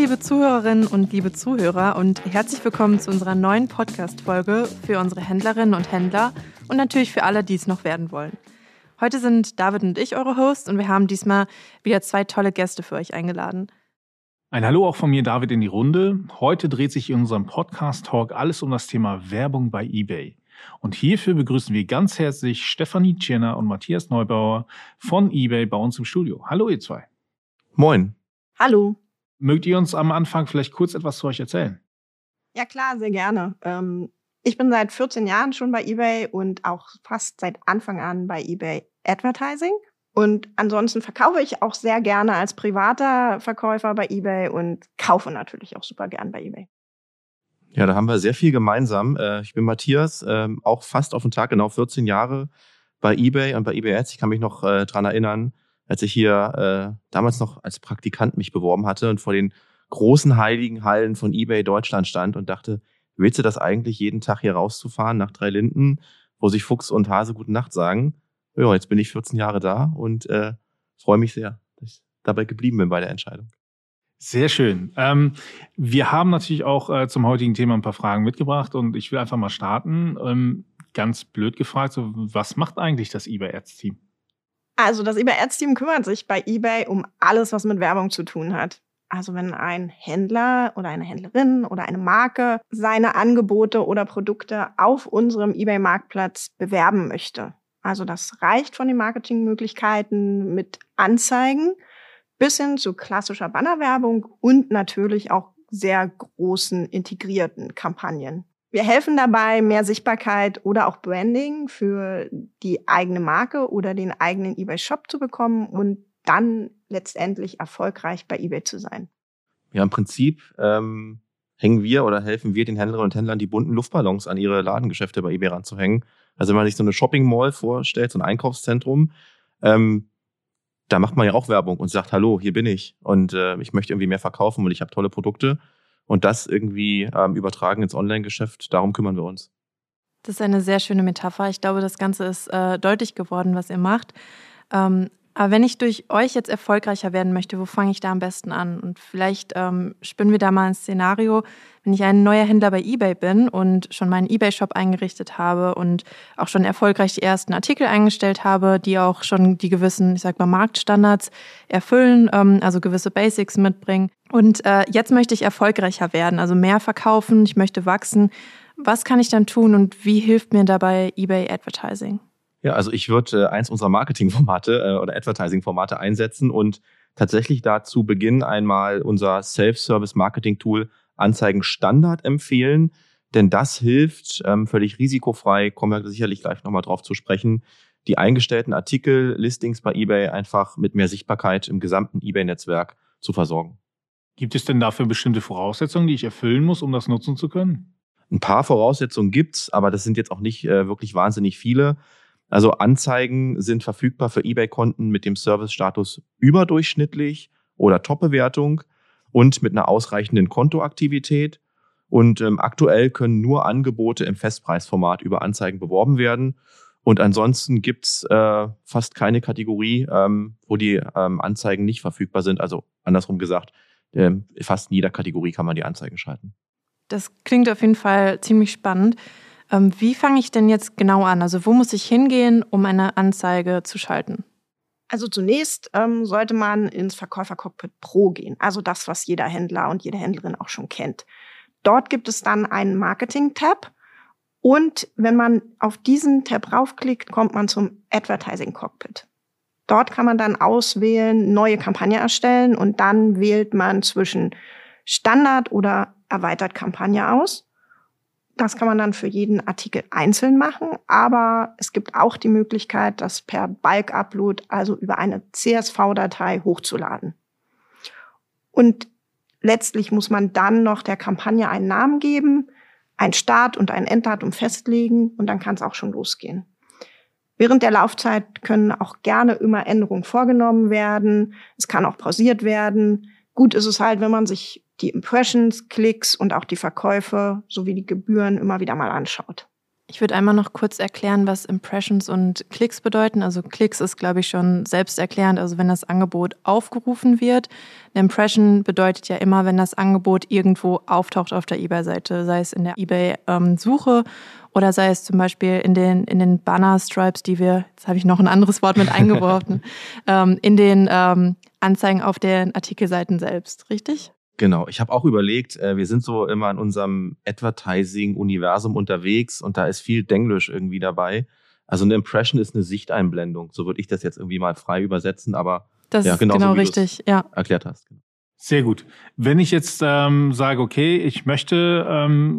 liebe Zuhörerinnen und liebe Zuhörer und herzlich willkommen zu unserer neuen Podcast-Folge für unsere Händlerinnen und Händler und natürlich für alle, die es noch werden wollen. Heute sind David und ich eure Hosts und wir haben diesmal wieder 2 tolle Gäste für euch eingeladen. Ein Hallo auch von mir, David, in die Runde. Heute dreht sich in unserem Podcast-Talk alles um das Thema Werbung bei eBay. Und hierfür begrüßen wir ganz herzlich Stefanie Tschirner und Matthias Neubauer von eBay bei uns im Studio. Hallo ihr 2. Moin. Hallo. Mögt ihr uns am Anfang vielleicht kurz etwas zu euch erzählen? Ja klar, sehr gerne. Ich bin seit 14 Jahren schon bei eBay und auch fast seit Anfang an bei eBay Advertising. Und ansonsten verkaufe ich auch sehr gerne als privater Verkäufer bei eBay und kaufe natürlich auch super gern bei eBay. Ja, da haben wir sehr viel gemeinsam. Ich bin Matthias, auch fast auf den Tag genau 14 Jahre bei eBay und bei eBay Ads. Ich kann mich noch dran erinnern, als ich hier damals noch als Praktikant mich beworben hatte und vor den großen heiligen Hallen von eBay Deutschland stand und dachte, willst du das eigentlich jeden Tag hier rauszufahren nach 3 Linden, wo sich Fuchs und Hase gute Nacht sagen? Ja, jetzt bin ich 14 Jahre da und freue mich sehr, dass ich dabei geblieben bin bei der Entscheidung. Sehr schön. Wir haben natürlich auch zum heutigen Thema ein paar Fragen mitgebracht und ich will einfach mal starten. Ganz blöd gefragt, so, was macht eigentlich das eBay Ads Team? Also das eBay Ads Team kümmert sich bei eBay um alles, was mit Werbung zu tun hat. Also wenn ein Händler oder eine Händlerin oder eine Marke seine Angebote oder Produkte auf unserem eBay-Marktplatz bewerben möchte. Also das reicht von den Marketingmöglichkeiten mit Anzeigen bis hin zu klassischer Bannerwerbung und natürlich auch sehr großen integrierten Kampagnen. Wir helfen dabei, mehr Sichtbarkeit oder auch Branding für die eigene Marke oder den eigenen eBay-Shop zu bekommen und dann letztendlich erfolgreich bei eBay zu sein. Ja, im Prinzip hängen wir oder helfen wir den Händlerinnen und Händlern, die bunten Luftballons an ihre Ladengeschäfte bei eBay ranzuhängen. Also wenn man sich so eine Shopping Mall vorstellt, so ein Einkaufszentrum, da macht man ja auch Werbung und sagt, hallo, hier bin ich und ich möchte irgendwie mehr verkaufen und ich habe tolle Produkte. Und das irgendwie übertragen ins Online-Geschäft, darum kümmern wir uns. Das ist eine sehr schöne Metapher. Ich glaube, das Ganze ist deutlich geworden, was ihr macht. Aber wenn ich durch euch jetzt erfolgreicher werden möchte, wo fange ich da am besten an? Und vielleicht spinnen wir da mal ein Szenario, wenn ich ein neuer Händler bei eBay bin und schon meinen eBay-Shop eingerichtet habe und auch schon erfolgreich die ersten Artikel eingestellt habe, die auch schon die gewissen, ich sag mal, Marktstandards erfüllen, also gewisse Basics mitbringen. Und jetzt möchte ich erfolgreicher werden, also mehr verkaufen, ich möchte wachsen. Was kann ich dann tun und wie hilft mir dabei eBay Advertising? Ja, also ich würde eins unserer Marketingformate oder Advertising-Formate einsetzen und tatsächlich da zu Beginn einmal unser Self-Service-Marketing-Tool Anzeigen Standard empfehlen, denn das hilft völlig risikofrei, kommen wir sicherlich gleich nochmal drauf zu sprechen, die eingestellten Artikel, Listings bei eBay einfach mit mehr Sichtbarkeit im gesamten eBay-Netzwerk zu versorgen. Gibt es denn dafür bestimmte Voraussetzungen, die ich erfüllen muss, um das nutzen zu können? Ein paar Voraussetzungen gibt's, aber das sind jetzt auch nicht wirklich wahnsinnig viele. Also Anzeigen sind verfügbar für eBay-Konten mit dem Service-Status überdurchschnittlich oder Top-Bewertung und mit einer ausreichenden Kontoaktivität. Und aktuell können nur Angebote im Festpreisformat über Anzeigen beworben werden. Und ansonsten gibt's fast keine Kategorie, wo die Anzeigen nicht verfügbar sind. Also andersrum gesagt, fast in jeder Kategorie kann man die Anzeigen schalten. Das klingt auf jeden Fall ziemlich spannend. Wie fange ich denn jetzt genau an? Also wo muss ich hingehen, um eine Anzeige zu schalten? Also zunächst sollte man ins Verkäufercockpit Pro gehen, also das, was jeder Händler und jede Händlerin auch schon kennt. Dort gibt es dann einen Marketing-Tab und wenn man auf diesen Tab raufklickt, kommt man zum Advertising-Cockpit. Dort kann man dann auswählen, neue Kampagne erstellen und dann wählt man zwischen Standard oder erweitert Kampagne aus. Das kann man dann für jeden Artikel einzeln machen, aber es gibt auch die Möglichkeit, das per Bulk-Upload, also über eine CSV-Datei hochzuladen. Und letztlich muss man dann noch der Kampagne einen Namen geben, ein Start- und ein Enddatum festlegen und dann kann es auch schon losgehen. Während der Laufzeit können auch gerne immer Änderungen vorgenommen werden. Es kann auch pausiert werden. Gut ist es halt, wenn man sich die Impressions, Klicks und auch die Verkäufe sowie die Gebühren immer wieder mal anschaut. Ich würde einmal noch kurz erklären, was Impressions und Klicks bedeuten. Also Klicks ist, glaube ich, schon selbsterklärend, also wenn das Angebot aufgerufen wird. Eine Impression bedeutet ja immer, wenn das Angebot irgendwo auftaucht auf der eBay-Seite, sei es in der eBay-Suche oder sei es zum Beispiel in den Banner-Stripes, die wir, jetzt habe ich noch ein anderes Wort mit eingeworfen, in den Anzeigen auf den Artikelseiten selbst, richtig? Genau, ich habe auch überlegt, wir sind so immer in unserem Advertising-Universum unterwegs und da ist viel Denglisch irgendwie dabei. Also eine Impression ist eine Sichteinblendung, so würde ich das jetzt irgendwie mal frei übersetzen, aber das ja, ist genauso genau wie richtig, du es erklärt hast. Sehr gut. Wenn ich jetzt sage, okay, ich möchte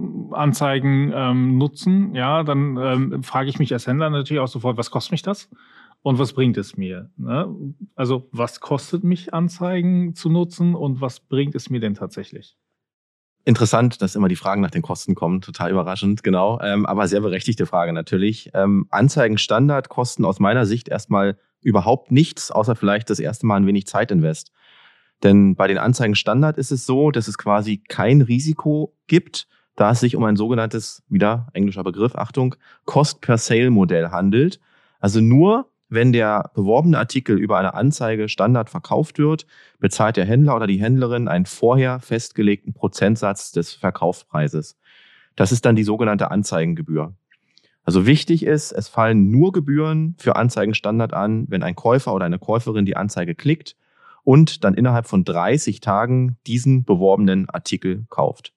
Anzeigen nutzen, ja, dann frage ich mich als Händler natürlich auch sofort, was kostet mich das? Und was bringt es mir? Ne? Also was kostet mich Anzeigen zu nutzen und was bringt es mir denn tatsächlich? Interessant, dass immer die Fragen nach den Kosten kommen, total überraschend, genau. Aber sehr berechtigte Frage natürlich. Anzeigenstandard kosten aus meiner Sicht erstmal überhaupt nichts, außer vielleicht das erste Mal ein wenig Zeitinvest. Denn bei den Anzeigenstandard ist es so, dass es quasi kein Risiko gibt, da es sich um ein sogenanntes, wieder englischer Begriff, Achtung, Cost-per-Sale-Modell handelt. Also nur, wenn der beworbene Artikel über eine Anzeige Standard verkauft wird, bezahlt der Händler oder die Händlerin einen vorher festgelegten Prozentsatz des Verkaufspreises. Das ist dann die sogenannte Anzeigengebühr. Also wichtig ist, es fallen nur Gebühren für Anzeigenstandard an, wenn ein Käufer oder eine Käuferin die Anzeige klickt und dann innerhalb von 30 Tagen diesen beworbenen Artikel kauft.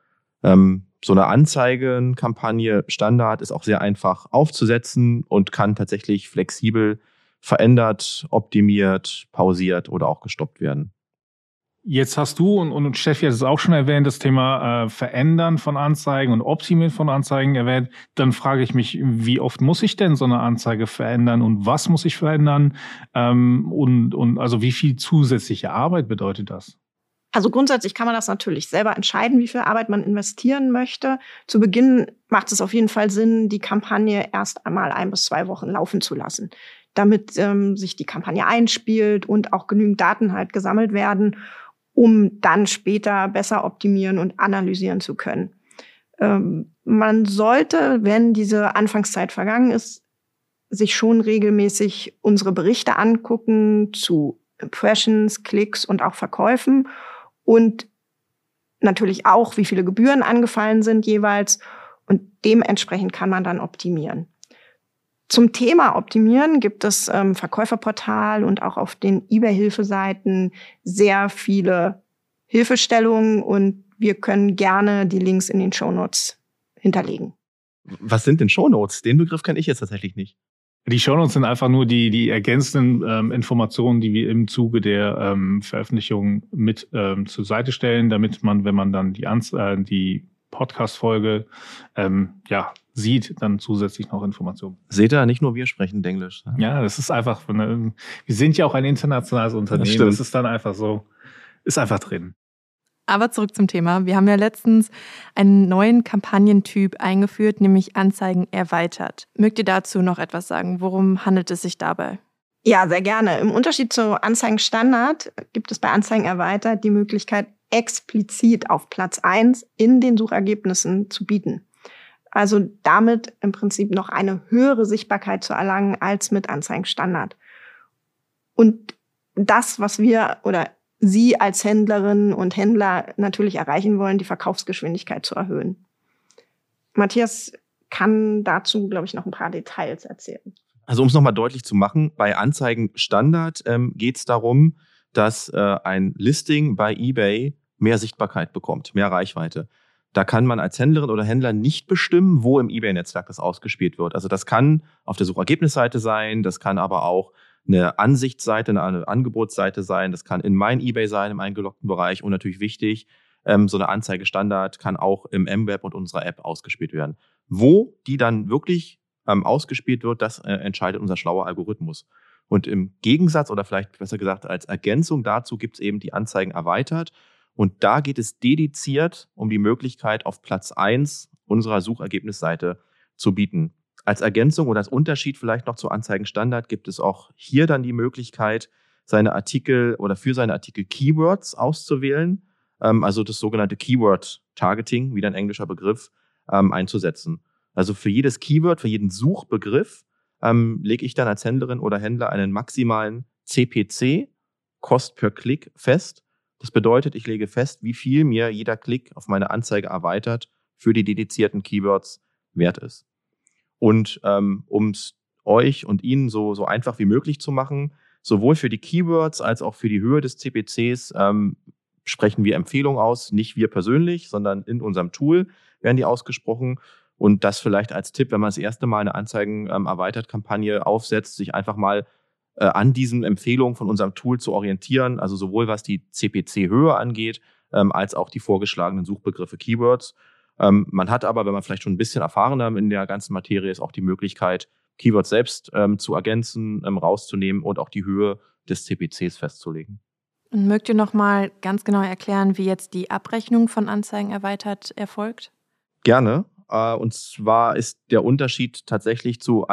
So eine Anzeigenkampagne Standard ist auch sehr einfach aufzusetzen und kann tatsächlich flexibel verändert, optimiert, pausiert oder auch gestoppt werden. Jetzt hast du und Steffi hat es auch schon erwähnt, das Thema Verändern von Anzeigen und Optimieren von Anzeigen erwähnt. Dann frage ich mich, wie oft muss ich denn so eine Anzeige verändern und was muss ich verändern? Und also wie viel zusätzliche Arbeit bedeutet das? Also grundsätzlich kann man das natürlich selber entscheiden, wie viel Arbeit man investieren möchte. Zu Beginn macht es auf jeden Fall Sinn, die Kampagne erst einmal 1 bis 2 Wochen laufen zu lassen, damit sich die Kampagne einspielt und auch genügend Daten halt gesammelt werden, um dann später besser optimieren und analysieren zu können. Man sollte, wenn diese Anfangszeit vergangen ist, sich schon regelmäßig unsere Berichte angucken zu Impressions, Klicks und auch Verkäufen und natürlich auch, wie viele Gebühren angefallen sind jeweils. Und dementsprechend kann man dann optimieren. Zum Thema Optimieren gibt es Verkäuferportal und auch auf den eBay-Hilfeseiten sehr viele Hilfestellungen und wir können gerne die Links in den Shownotes hinterlegen. Was sind denn Shownotes? Den Begriff kenne ich jetzt tatsächlich nicht. Die Shownotes sind einfach nur die ergänzenden Informationen, die wir im Zuge der Veröffentlichung mit zur Seite stellen, damit man, wenn man dann die Podcast-Folge sieht, dann zusätzlich noch Informationen. Seht ihr, nicht nur wir sprechen Denglisch. Ne? Ja, das ist einfach, wir sind ja auch ein internationales Unternehmen, das ist dann einfach so, ist einfach drin. Aber zurück zum Thema. Wir haben ja letztens einen neuen Kampagnentyp eingeführt, nämlich Anzeigen erweitert. Mögt ihr dazu noch etwas sagen? Worum handelt es sich dabei? Ja, sehr gerne. Im Unterschied zu Anzeigenstandard gibt es bei Anzeigen erweitert die Möglichkeit, explizit auf Platz 1 in den Suchergebnissen zu bieten. Also damit im Prinzip noch eine höhere Sichtbarkeit zu erlangen als mit Anzeigenstandard. Und das, was wir oder Sie als Händlerinnen und Händler natürlich erreichen wollen, die Verkaufsgeschwindigkeit zu erhöhen. Matthias kann dazu, glaube ich, noch ein paar Details erzählen. Also um es nochmal deutlich zu machen, bei Anzeigenstandard geht es darum, dass ein Listing bei eBay mehr Sichtbarkeit bekommt, mehr Reichweite. Da kann man als Händlerin oder Händler nicht bestimmen, wo im eBay-Netzwerk das ausgespielt wird. Also das kann auf der Suchergebnisseite sein, das kann aber auch eine Ansichtsseite, eine Angebotsseite sein, das kann in mein eBay sein, im eingeloggten Bereich und natürlich wichtig, so eine Anzeigestandard kann auch im mWeb und unserer App ausgespielt werden. Wo die dann wirklich ausgespielt wird, das entscheidet unser schlauer Algorithmus. Und im Gegensatz oder vielleicht besser gesagt als Ergänzung dazu gibt es eben die Anzeigen erweitert und da geht es dediziert um die Möglichkeit, auf Platz 1 unserer Suchergebnisseite zu bieten. Als Ergänzung oder als Unterschied vielleicht noch zu Anzeigenstandard gibt es auch hier dann die Möglichkeit, seine Artikel oder für seine Artikel Keywords auszuwählen, also das sogenannte Keyword-Targeting, wieder ein englischer Begriff, einzusetzen. Also für jedes Keyword, für jeden Suchbegriff lege ich dann als Händlerin oder Händler einen maximalen CPC, Cost per Klick, fest. Das bedeutet, ich lege fest, wie viel mir jeder Klick auf meine Anzeige erweitert für die dedizierten Keywords wert ist. Und um es euch und Ihnen so einfach wie möglich zu machen, sowohl für die Keywords als auch für die Höhe des CPCs sprechen wir Empfehlungen aus, nicht wir persönlich, sondern in unserem Tool werden die ausgesprochen. Und das vielleicht als Tipp, wenn man das erste Mal eine Anzeigen-Erweitert-Kampagne aufsetzt, sich einfach mal an diesen Empfehlungen von unserem Tool zu orientieren, also sowohl was die CPC-Höhe angeht, als auch die vorgeschlagenen Suchbegriffe Keywords. Man hat aber, wenn man vielleicht schon ein bisschen erfahrener in der ganzen Materie ist, auch die Möglichkeit, Keywords selbst zu ergänzen, rauszunehmen und auch die Höhe des CPCs festzulegen. Und mögt ihr noch mal ganz genau erklären, wie jetzt die Abrechnung von Anzeigen erweitert erfolgt? Gerne. Und zwar ist der Unterschied tatsächlich zu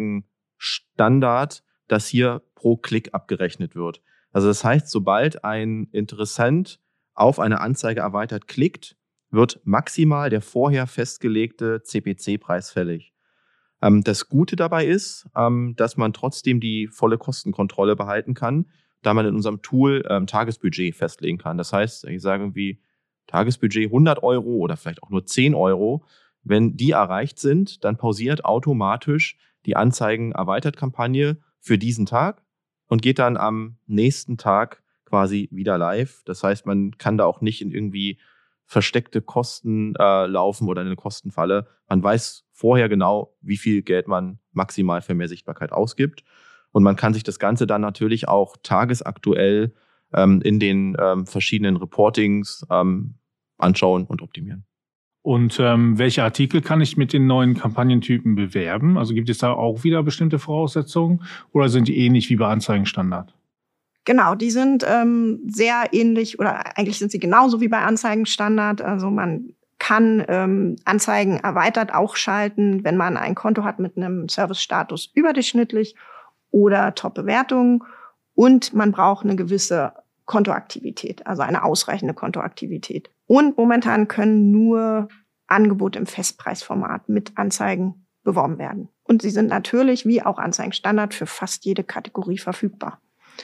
Anzeigenstandard, dass hier pro Klick abgerechnet wird. Also das heißt, sobald ein Interessent auf eine Anzeige erweitert klickt, wird maximal der vorher festgelegte CPC-Preis fällig. Das Gute dabei ist, dass man trotzdem die volle Kostenkontrolle behalten kann, da man in unserem Tool Tagesbudget festlegen kann. Das heißt, ich sage irgendwie Tagesbudget 100 € oder vielleicht auch nur 10 €. Wenn die erreicht sind, dann pausiert automatisch die Anzeigen-Erweitert-Kampagne für diesen Tag und geht dann am nächsten Tag quasi wieder live. Das heißt, man kann da auch nicht in irgendwie versteckte Kosten laufen oder in eine Kostenfalle. Man weiß vorher genau, wie viel Geld man maximal für mehr Sichtbarkeit ausgibt. Und man kann sich das Ganze dann natürlich auch tagesaktuell in den verschiedenen Reportings anschauen und optimieren. Und welche Artikel kann ich mit den neuen Kampagnentypen bewerben? Also gibt es da auch wieder bestimmte Voraussetzungen oder sind die ähnlich wie bei Anzeigenstandard? Genau, die sind sehr ähnlich oder eigentlich sind sie genauso wie bei Anzeigenstandard. Also man kann Anzeigen erweitert auch schalten, wenn man ein Konto hat mit einem Servicestatus überdurchschnittlich oder Top-Bewertung. Und man braucht eine gewisse Kontoaktivität, also eine ausreichende Kontoaktivität. Und momentan können nur Angebote im Festpreisformat mit Anzeigen beworben werden. Und sie sind natürlich, wie auch Anzeigenstandard, für fast jede Kategorie verfügbar.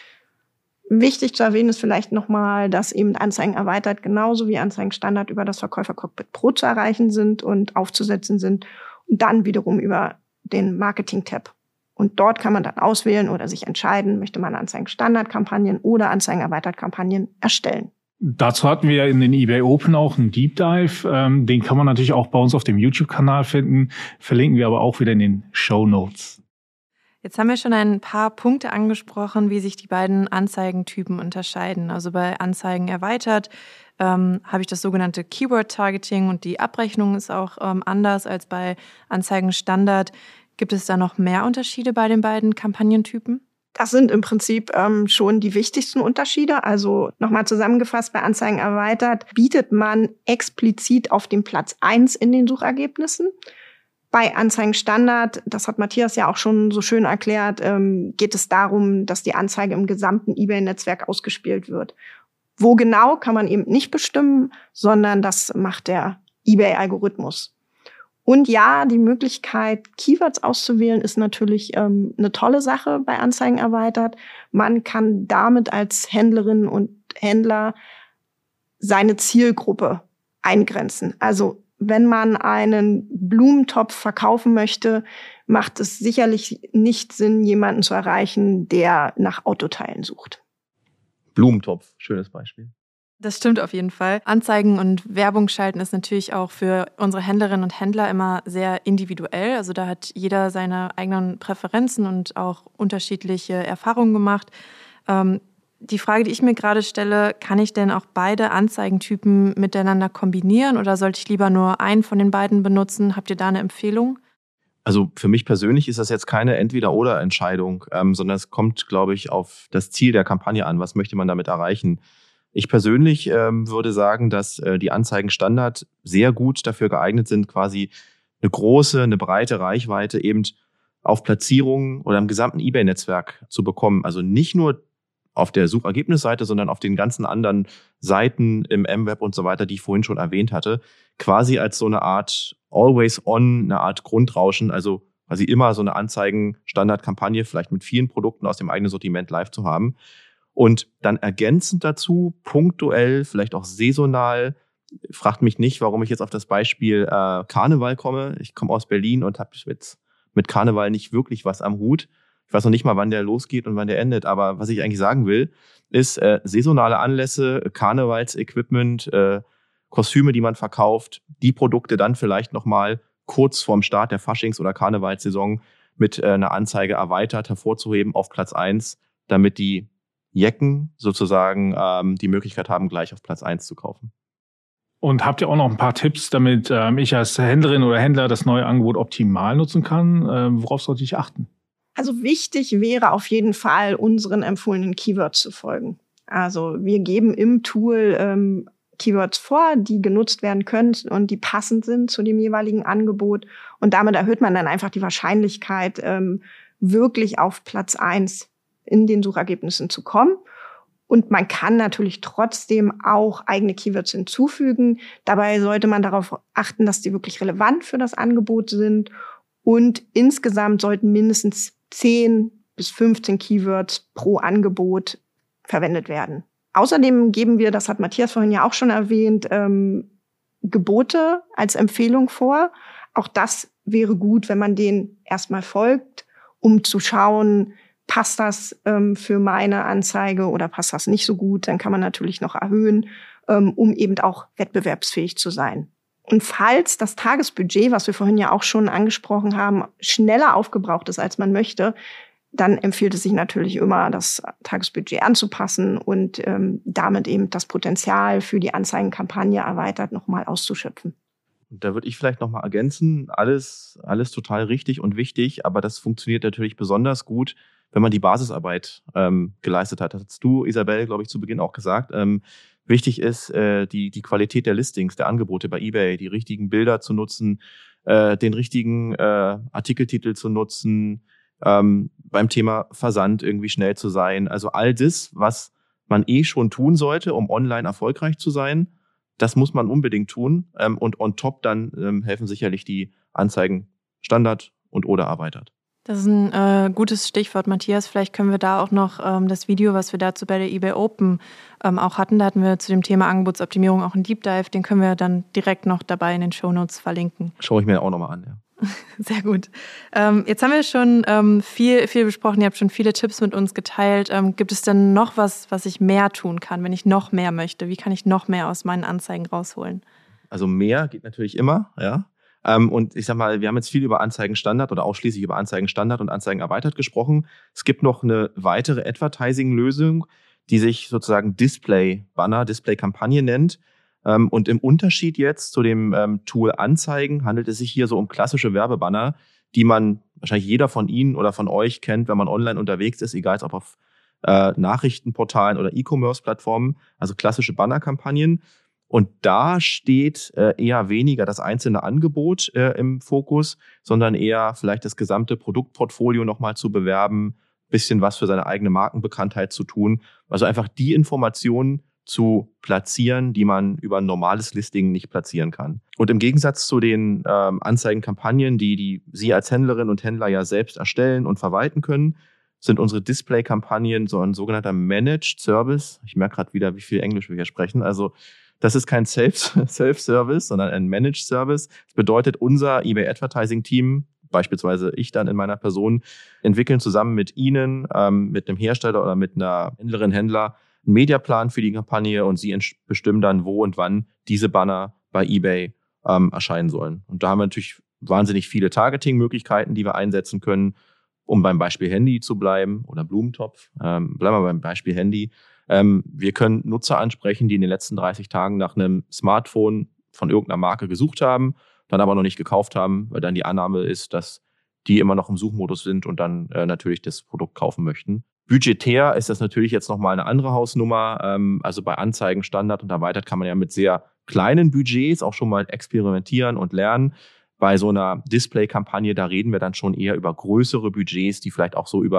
Wichtig zu erwähnen ist vielleicht nochmal, dass eben Anzeigen erweitert genauso wie Anzeigenstandard über das Verkäufercockpit Pro zu erreichen sind und aufzusetzen sind und dann wiederum über den Marketing-Tab. Und dort kann man dann auswählen oder sich entscheiden, möchte man Anzeigen-Standard-Kampagnen oder Anzeigen-Erweitert-Kampagnen erstellen. Dazu hatten wir in den eBay Open auch einen Deep Dive. Den kann man natürlich auch bei uns auf dem YouTube-Kanal finden. Verlinken wir aber auch wieder in den Shownotes. Jetzt haben wir schon ein paar Punkte angesprochen, wie sich die beiden Anzeigentypen unterscheiden. Also bei Anzeigen erweitert habe ich das sogenannte Keyword-Targeting und die Abrechnung ist auch anders als bei Anzeigen Standard. Gibt es da noch mehr Unterschiede bei den beiden Kampagnentypen? Das sind im Prinzip schon die wichtigsten Unterschiede. Also nochmal zusammengefasst, bei Anzeigen erweitert bietet man explizit auf dem Platz 1 in den Suchergebnissen. Bei Anzeigen Standard, das hat Matthias ja auch schon so schön erklärt, geht es darum, dass die Anzeige im gesamten eBay-Netzwerk ausgespielt wird. Wo genau, kann man eben nicht bestimmen, sondern das macht der eBay-Algorithmus. Und ja, die Möglichkeit, Keywords auszuwählen, ist natürlich eine tolle Sache bei Anzeigen erweitert. Man kann damit als Händlerin und Händler seine Zielgruppe eingrenzen. Also wenn man einen Blumentopf verkaufen möchte, macht es sicherlich nicht Sinn, jemanden zu erreichen, der nach Autoteilen sucht. Blumentopf, schönes Beispiel. Das stimmt auf jeden Fall. Anzeigen und Werbung schalten ist natürlich auch für unsere Händlerinnen und Händler immer sehr individuell. Also da hat jeder seine eigenen Präferenzen und auch unterschiedliche Erfahrungen gemacht. Die Frage, die ich mir gerade stelle, kann ich denn auch beide Anzeigentypen miteinander kombinieren oder sollte ich lieber nur einen von den beiden benutzen? Habt ihr da eine Empfehlung? Also für mich persönlich ist das jetzt keine Entweder-oder-Entscheidung, sondern es kommt, glaube ich, auf das Ziel der Kampagne an. Was möchte man damit erreichen? Ich persönlich würde sagen, dass die Anzeigen Standard sehr gut dafür geeignet sind, quasi eine breite Reichweite eben auf Platzierungen oder im gesamten eBay-Netzwerk zu bekommen. Also nicht nur auf der Suchergebnisseite, sondern auf den ganzen anderen Seiten im M-Web und so weiter, die ich vorhin schon erwähnt hatte, quasi als so eine Art Always-On, eine Art Grundrauschen, also quasi immer so eine Anzeigen-Standardkampagne, vielleicht mit vielen Produkten aus dem eigenen Sortiment live zu haben. Und dann ergänzend dazu, punktuell, vielleicht auch saisonal, fragt mich nicht, warum ich jetzt auf das Beispiel Karneval komme. Ich komme aus Berlin und habe mit Karneval nicht wirklich was am Hut. Ich weiß noch nicht mal, wann der losgeht und wann der endet. Aber was ich eigentlich sagen will, ist saisonale Anlässe, Karnevalsequipment, Kostüme, die man verkauft, die Produkte dann vielleicht nochmal kurz vorm Start der Faschings- oder Karnevalssaison mit einer Anzeige erweitert hervorzuheben auf Platz 1, damit die Jecken sozusagen die Möglichkeit haben, gleich auf Platz 1 zu kaufen. Und habt ihr auch noch ein paar Tipps, damit ich als Händlerin oder Händler das neue Angebot optimal nutzen kann? Worauf sollte ich achten? Also wichtig wäre auf jeden Fall, unseren empfohlenen Keywords zu folgen. Also wir geben im Tool Keywords vor, die genutzt werden können und die passend sind zu dem jeweiligen Angebot. Und damit erhöht man dann einfach die Wahrscheinlichkeit, wirklich auf Platz 1 in den Suchergebnissen zu kommen. Und man kann natürlich trotzdem auch eigene Keywords hinzufügen. Dabei sollte man darauf achten, dass die wirklich relevant für das Angebot sind. Und insgesamt sollten mindestens 10 bis 15 Keywords pro Angebot verwendet werden. Außerdem geben wir, das hat Matthias vorhin ja auch schon erwähnt, Gebote als Empfehlung vor. Auch das wäre gut, wenn man denen erstmal folgt, um zu schauen, passt das für meine Anzeige oder passt das nicht so gut? Dann kann man natürlich noch erhöhen, um eben auch wettbewerbsfähig zu sein. Und falls das Tagesbudget, was wir vorhin ja auch schon angesprochen haben, schneller aufgebraucht ist, als man möchte, dann empfiehlt es sich natürlich immer, das Tagesbudget anzupassen und damit eben das Potenzial für die Anzeigenkampagne erweitert nochmal auszuschöpfen. Da würde ich vielleicht nochmal ergänzen, alles total richtig und wichtig, aber das funktioniert natürlich besonders gut, wenn man die Basisarbeit geleistet hat. Das hast du, Isabel, glaube ich, zu Beginn auch gesagt. Wichtig ist die Qualität der Listings, der Angebote bei eBay, die richtigen Bilder zu nutzen, den richtigen Artikeltitel zu nutzen, beim Thema Versand irgendwie schnell zu sein. Also all das, was man schon tun sollte, um online erfolgreich zu sein, das muss man unbedingt tun. Und on top dann helfen sicherlich die Anzeigen Standard und oder erweitert. Das ist ein gutes Stichwort, Matthias. Vielleicht können wir da auch noch das Video, was wir dazu bei der eBay Open auch hatten, da hatten wir zu dem Thema Angebotsoptimierung auch einen Deep Dive, den können wir dann direkt noch dabei in den Shownotes verlinken. Schaue ich mir auch nochmal an, ja. Sehr gut. Jetzt haben wir schon viel besprochen, ihr habt schon viele Tipps mit uns geteilt. Gibt es denn noch was ich mehr tun kann, wenn ich noch mehr möchte? Wie kann ich noch mehr aus meinen Anzeigen rausholen? Also mehr geht natürlich immer, ja. Und ich sag mal, wir haben jetzt viel über Anzeigenstandard oder ausschließlich über Anzeigenstandard und Anzeigen erweitert gesprochen. Es gibt noch eine weitere Advertising-Lösung, die sich sozusagen Display-Banner, Display-Kampagne nennt. Und im Unterschied jetzt zu dem Tool Anzeigen handelt es sich hier so um klassische Werbebanner, die man wahrscheinlich jeder von Ihnen oder von euch kennt, wenn man online unterwegs ist, egal ob auf Nachrichtenportalen oder E-Commerce-Plattformen, also klassische Bannerkampagnen. Und da steht eher weniger das einzelne Angebot im Fokus, sondern eher vielleicht das gesamte Produktportfolio nochmal zu bewerben, bisschen was für seine eigene Markenbekanntheit zu tun. Also einfach die Informationen zu platzieren, die man über ein normales Listing nicht platzieren kann. Und im Gegensatz zu den Anzeigenkampagnen, die Sie als Händlerin und Händler ja selbst erstellen und verwalten können, sind unsere Display-Kampagnen so ein sogenannter Managed Service. Ich merke gerade wieder, wie viel Englisch wir hier sprechen. Also das ist kein Self-Service, sondern ein Managed Service. Das bedeutet, unser eBay Advertising Team, beispielsweise ich dann in meiner Person, entwickeln zusammen mit Ihnen, mit einem Hersteller oder mit einer Händlerin, Händler, einen Mediaplan für die Kampagne und Sie bestimmen dann, wo und wann diese Banner bei eBay erscheinen sollen. Und da haben wir natürlich wahnsinnig viele Targeting-Möglichkeiten, die wir einsetzen können, um beim Beispiel Handy zu bleiben oder Blumentopf. Bleiben wir beim Beispiel Handy. Wir können Nutzer ansprechen, die in den letzten 30 Tagen nach einem Smartphone von irgendeiner Marke gesucht haben, dann aber noch nicht gekauft haben, weil dann die Annahme ist, dass die immer noch im Suchmodus sind und dann natürlich das Produkt kaufen möchten. Budgetär ist das natürlich jetzt nochmal eine andere Hausnummer. Also bei Anzeigen Standard und erweitert kann man ja mit sehr kleinen Budgets auch schon mal experimentieren und lernen. Bei so einer Display-Kampagne, da reden wir dann schon eher über größere Budgets, die vielleicht auch so über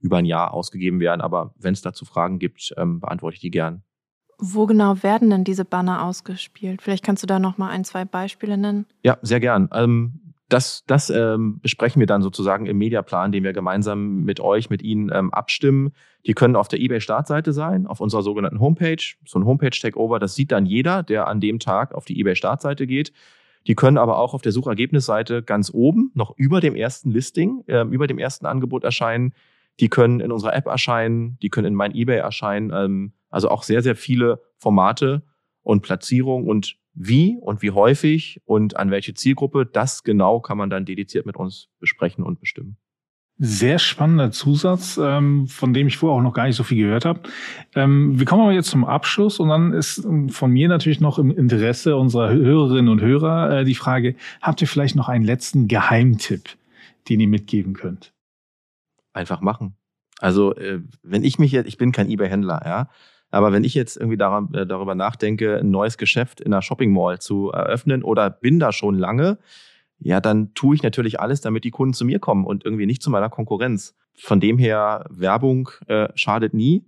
über ein Jahr ausgegeben werden. Aber wenn es dazu Fragen gibt, beantworte ich die gern. Wo genau werden denn diese Banner ausgespielt? Vielleicht kannst du da noch mal 1, 2 Beispiele nennen. Ja, sehr gern. Das besprechen wir dann sozusagen im Mediaplan, den wir gemeinsam mit euch, mit Ihnen abstimmen. Die können auf der eBay-Startseite sein, auf unserer sogenannten Homepage. So ein Homepage-Takeover, das sieht dann jeder, der an dem Tag auf die eBay-Startseite geht. Die können aber auch auf der Suchergebnisseite ganz oben, noch über dem ersten Listing, über dem ersten Angebot erscheinen. Die können in unserer App erscheinen, die können in mein eBay erscheinen. Also auch sehr, sehr viele Formate und Platzierungen und wie häufig und an welche Zielgruppe, das genau kann man dann dediziert mit uns besprechen und bestimmen. Sehr spannender Zusatz, von dem ich vorher auch noch gar nicht so viel gehört habe. Wir kommen aber jetzt zum Abschluss und dann ist von mir natürlich noch im Interesse unserer Hörerinnen und Hörer die Frage, habt ihr vielleicht noch einen letzten Geheimtipp, den ihr mitgeben könnt? Einfach machen. Also wenn ich bin kein eBay-Händler, ja, aber wenn ich jetzt irgendwie darüber nachdenke, ein neues Geschäft in einer Shopping Mall zu eröffnen oder bin da schon lange, ja, dann tue ich natürlich alles, damit die Kunden zu mir kommen und irgendwie nicht zu meiner Konkurrenz. Von dem her, Werbung schadet nie.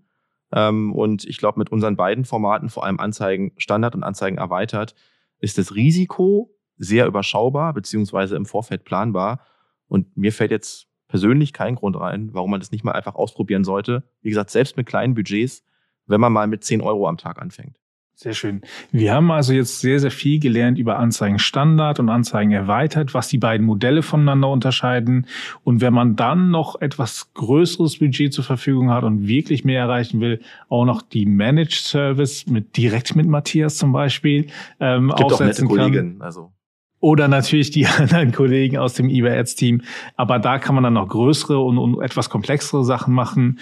Und ich glaube, mit unseren beiden Formaten, vor allem Anzeigen Standard und Anzeigen erweitert, ist das Risiko sehr überschaubar beziehungsweise im Vorfeld planbar. Und mir fällt jetzt persönlich kein Grund rein, warum man das nicht mal einfach ausprobieren sollte. Wie gesagt, selbst mit kleinen Budgets, wenn man mal mit 10 € am Tag anfängt. Sehr schön. Wir haben also jetzt sehr, sehr viel gelernt über Anzeigen Standard und Anzeigen erweitert, was die beiden Modelle voneinander unterscheiden. Und wenn man dann noch etwas größeres Budget zur Verfügung hat und wirklich mehr erreichen will, auch noch die Managed Service direkt mit Matthias zum Beispiel aufsetzen kann. Kollegin, also. Oder natürlich die anderen Kollegen aus dem eBay Ads Team. Aber da kann man dann noch größere und etwas komplexere Sachen machen.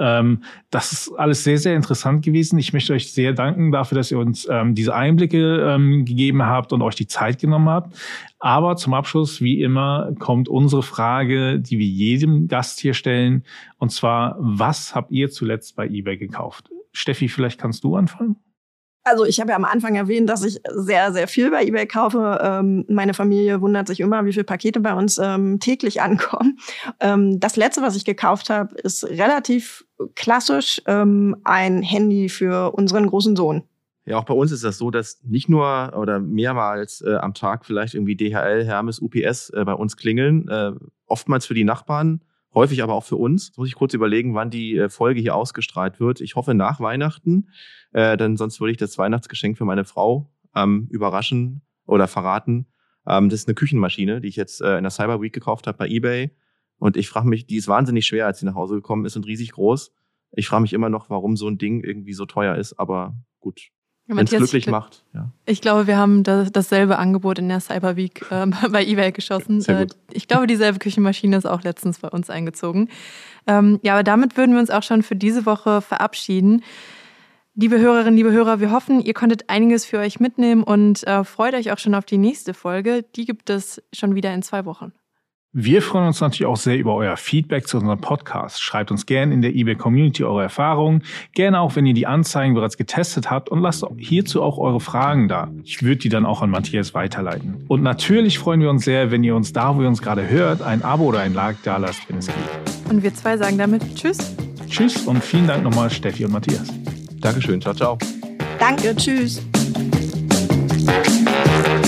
Das ist alles sehr, sehr interessant gewesen. Ich möchte euch sehr danken dafür, dass ihr uns diese Einblicke gegeben habt und euch die Zeit genommen habt. Aber zum Abschluss, wie immer, kommt unsere Frage, die wir jedem Gast hier stellen. Und zwar, was habt ihr zuletzt bei eBay gekauft? Steffi, vielleicht kannst du anfangen? Also ich habe ja am Anfang erwähnt, dass ich sehr, sehr viel bei eBay kaufe. Meine Familie wundert sich immer, wie viele Pakete bei uns täglich ankommen. Das letzte, was ich gekauft habe, ist relativ klassisch ein Handy für unseren großen Sohn. Ja, auch bei uns ist das so, dass nicht nur oder mehrmals am Tag vielleicht irgendwie DHL, Hermes, UPS bei uns klingeln. Oftmals für die Nachbarn, häufig aber auch für uns. Jetzt muss ich kurz überlegen, wann die Folge hier ausgestrahlt wird. Ich hoffe nach Weihnachten, denn sonst würde ich das Weihnachtsgeschenk für meine Frau überraschen oder verraten. Das ist eine Küchenmaschine, die ich jetzt in der Cyber Week gekauft habe bei eBay. Und ich frage mich, die ist wahnsinnig schwer, als sie nach Hause gekommen ist und riesig groß. Ich frage mich immer noch, warum so ein Ding irgendwie so teuer ist, aber gut. Ja, wenn es glücklich macht. Ja. Ich glaube, wir haben dasselbe Angebot in der Cyber Week bei eBay geschossen. Sehr gut. Ich glaube, dieselbe Küchenmaschine ist auch letztens bei uns eingezogen. Ja, aber damit würden wir uns auch schon für diese Woche verabschieden. Liebe Hörerinnen, liebe Hörer, wir hoffen, ihr konntet einiges für euch mitnehmen und freut euch auch schon auf die nächste Folge. Die gibt es schon wieder in 2 Wochen. Wir freuen uns natürlich auch sehr über euer Feedback zu unserem Podcast. Schreibt uns gerne in der eBay-Community eure Erfahrungen, gerne auch, wenn ihr die Anzeigen bereits getestet habt und lasst hierzu auch eure Fragen da. Ich würde die dann auch an Matthias weiterleiten. Und natürlich freuen wir uns sehr, wenn ihr uns da, wo ihr uns gerade hört, ein Abo oder ein Like da lasst, wenn es geht. Und wir 2 sagen damit Tschüss. Tschüss und vielen Dank nochmal Steffi und Matthias. Dankeschön, ciao, ciao. Danke, tschüss.